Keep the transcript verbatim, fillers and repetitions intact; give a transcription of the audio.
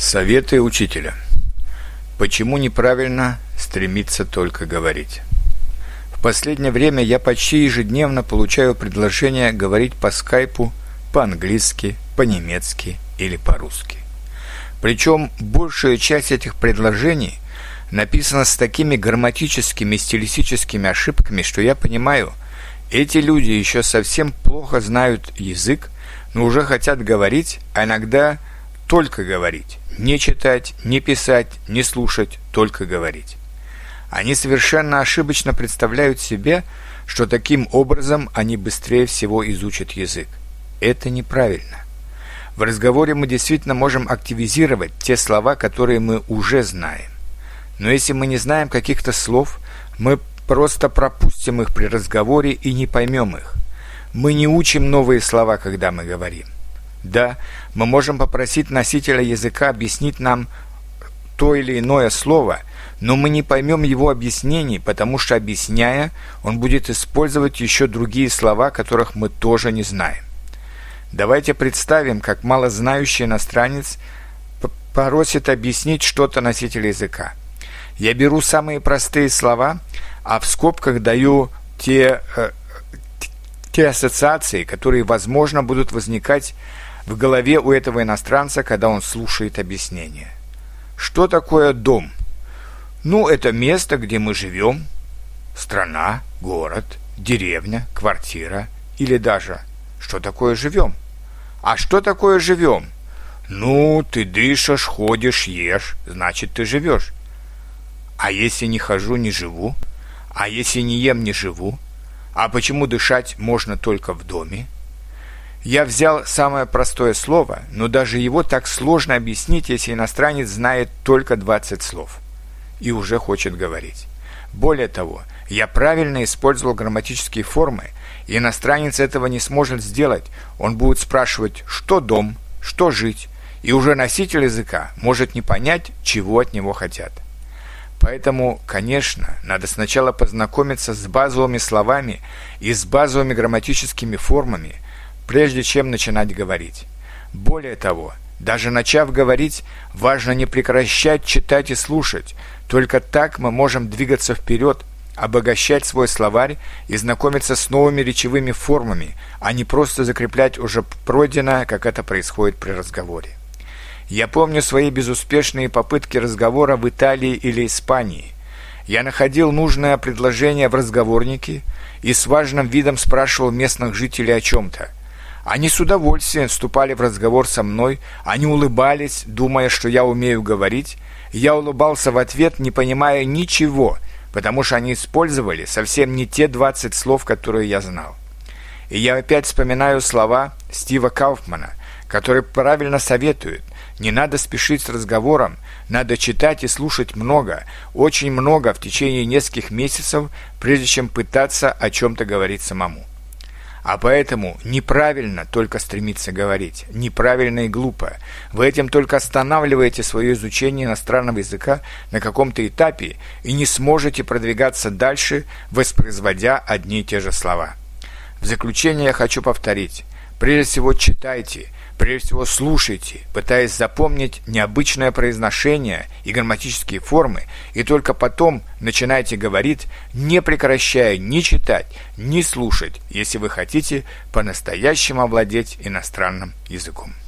Советы учителя. Почему неправильно стремиться только говорить? В последнее время я почти ежедневно получаю предложения говорить по скайпу, по-английски, по-немецки или по-русски. Причем большая часть этих предложений написана с такими грамматическими и стилистическими ошибками, что я понимаю, эти люди еще совсем плохо знают язык, но уже хотят говорить, а иногда только говорить. Не читать, не писать, не слушать, только говорить. Они совершенно ошибочно представляют себе, что таким образом они быстрее всего изучат язык. Это неправильно. В разговоре мы действительно можем активизировать те слова, которые мы уже знаем. Но если мы не знаем каких-то слов, мы просто пропустим их при разговоре и не поймем их. Мы не учим новые слова, когда мы говорим. Да, мы можем попросить носителя языка объяснить нам то или иное слово, но мы не поймем его объяснений, потому что, объясняя, он будет использовать еще другие слова, которых мы тоже не знаем. Давайте представим, как малознающий иностранец просит объяснить что-то носителю языка. Я беру самые простые слова, а в скобках даю те, э, те ассоциации, которые, возможно, будут возникать в голове у этого иностранца, когда он слушает объяснение. Что такое дом? Ну, это место, где мы живем, страна, город, деревня, квартира или даже что такое живем? А что такое живем? Ну, ты дышишь, ходишь, ешь, значит, ты живешь. А если не хожу, не живу? А если не ем, не живу? А почему дышать можно только в доме? Я взял самое простое слово, но даже его так сложно объяснить, если иностранец знает только двадцать слов и уже хочет говорить. Более того, я правильно использовал грамматические формы, и иностранец этого не сможет сделать. Он будет спрашивать, что дом, что жить, и уже носитель языка может не понять, чего от него хотят. Поэтому, конечно, надо сначала познакомиться с базовыми словами и с базовыми грамматическими формами, прежде чем начинать говорить. Более того, даже начав говорить, важно не прекращать читать и слушать. Только так мы можем двигаться вперед, обогащать свой словарь и знакомиться с новыми речевыми формами, а не просто закреплять уже пройденное, как это происходит при разговоре. Я помню свои безуспешные попытки разговора в Италии или Испании. Я находил нужное предложение в разговорнике и с важным видом спрашивал местных жителей о чем-то. Они с удовольствием вступали в разговор со мной, они улыбались, думая, что я умею говорить. Я улыбался в ответ, не понимая ничего, потому что они использовали совсем не те двадцать слов, которые я знал. И я опять вспоминаю слова Стива Кауфмана, который правильно советует: не надо спешить с разговором, надо читать и слушать много, очень много в течение нескольких месяцев, прежде чем пытаться о чем-то говорить самому. А поэтому неправильно только стремиться говорить, неправильно и глупо. Вы этим только останавливаете свое изучение иностранного языка на каком-то этапе и не сможете продвигаться дальше, воспроизводя одни и те же слова. В заключение я хочу повторить: прежде всего читайте, прежде всего слушайте, пытаясь запомнить необычное произношение и грамматические формы, и только потом начинайте говорить, не прекращая ни читать, ни слушать, если вы хотите по-настоящему овладеть иностранным языком.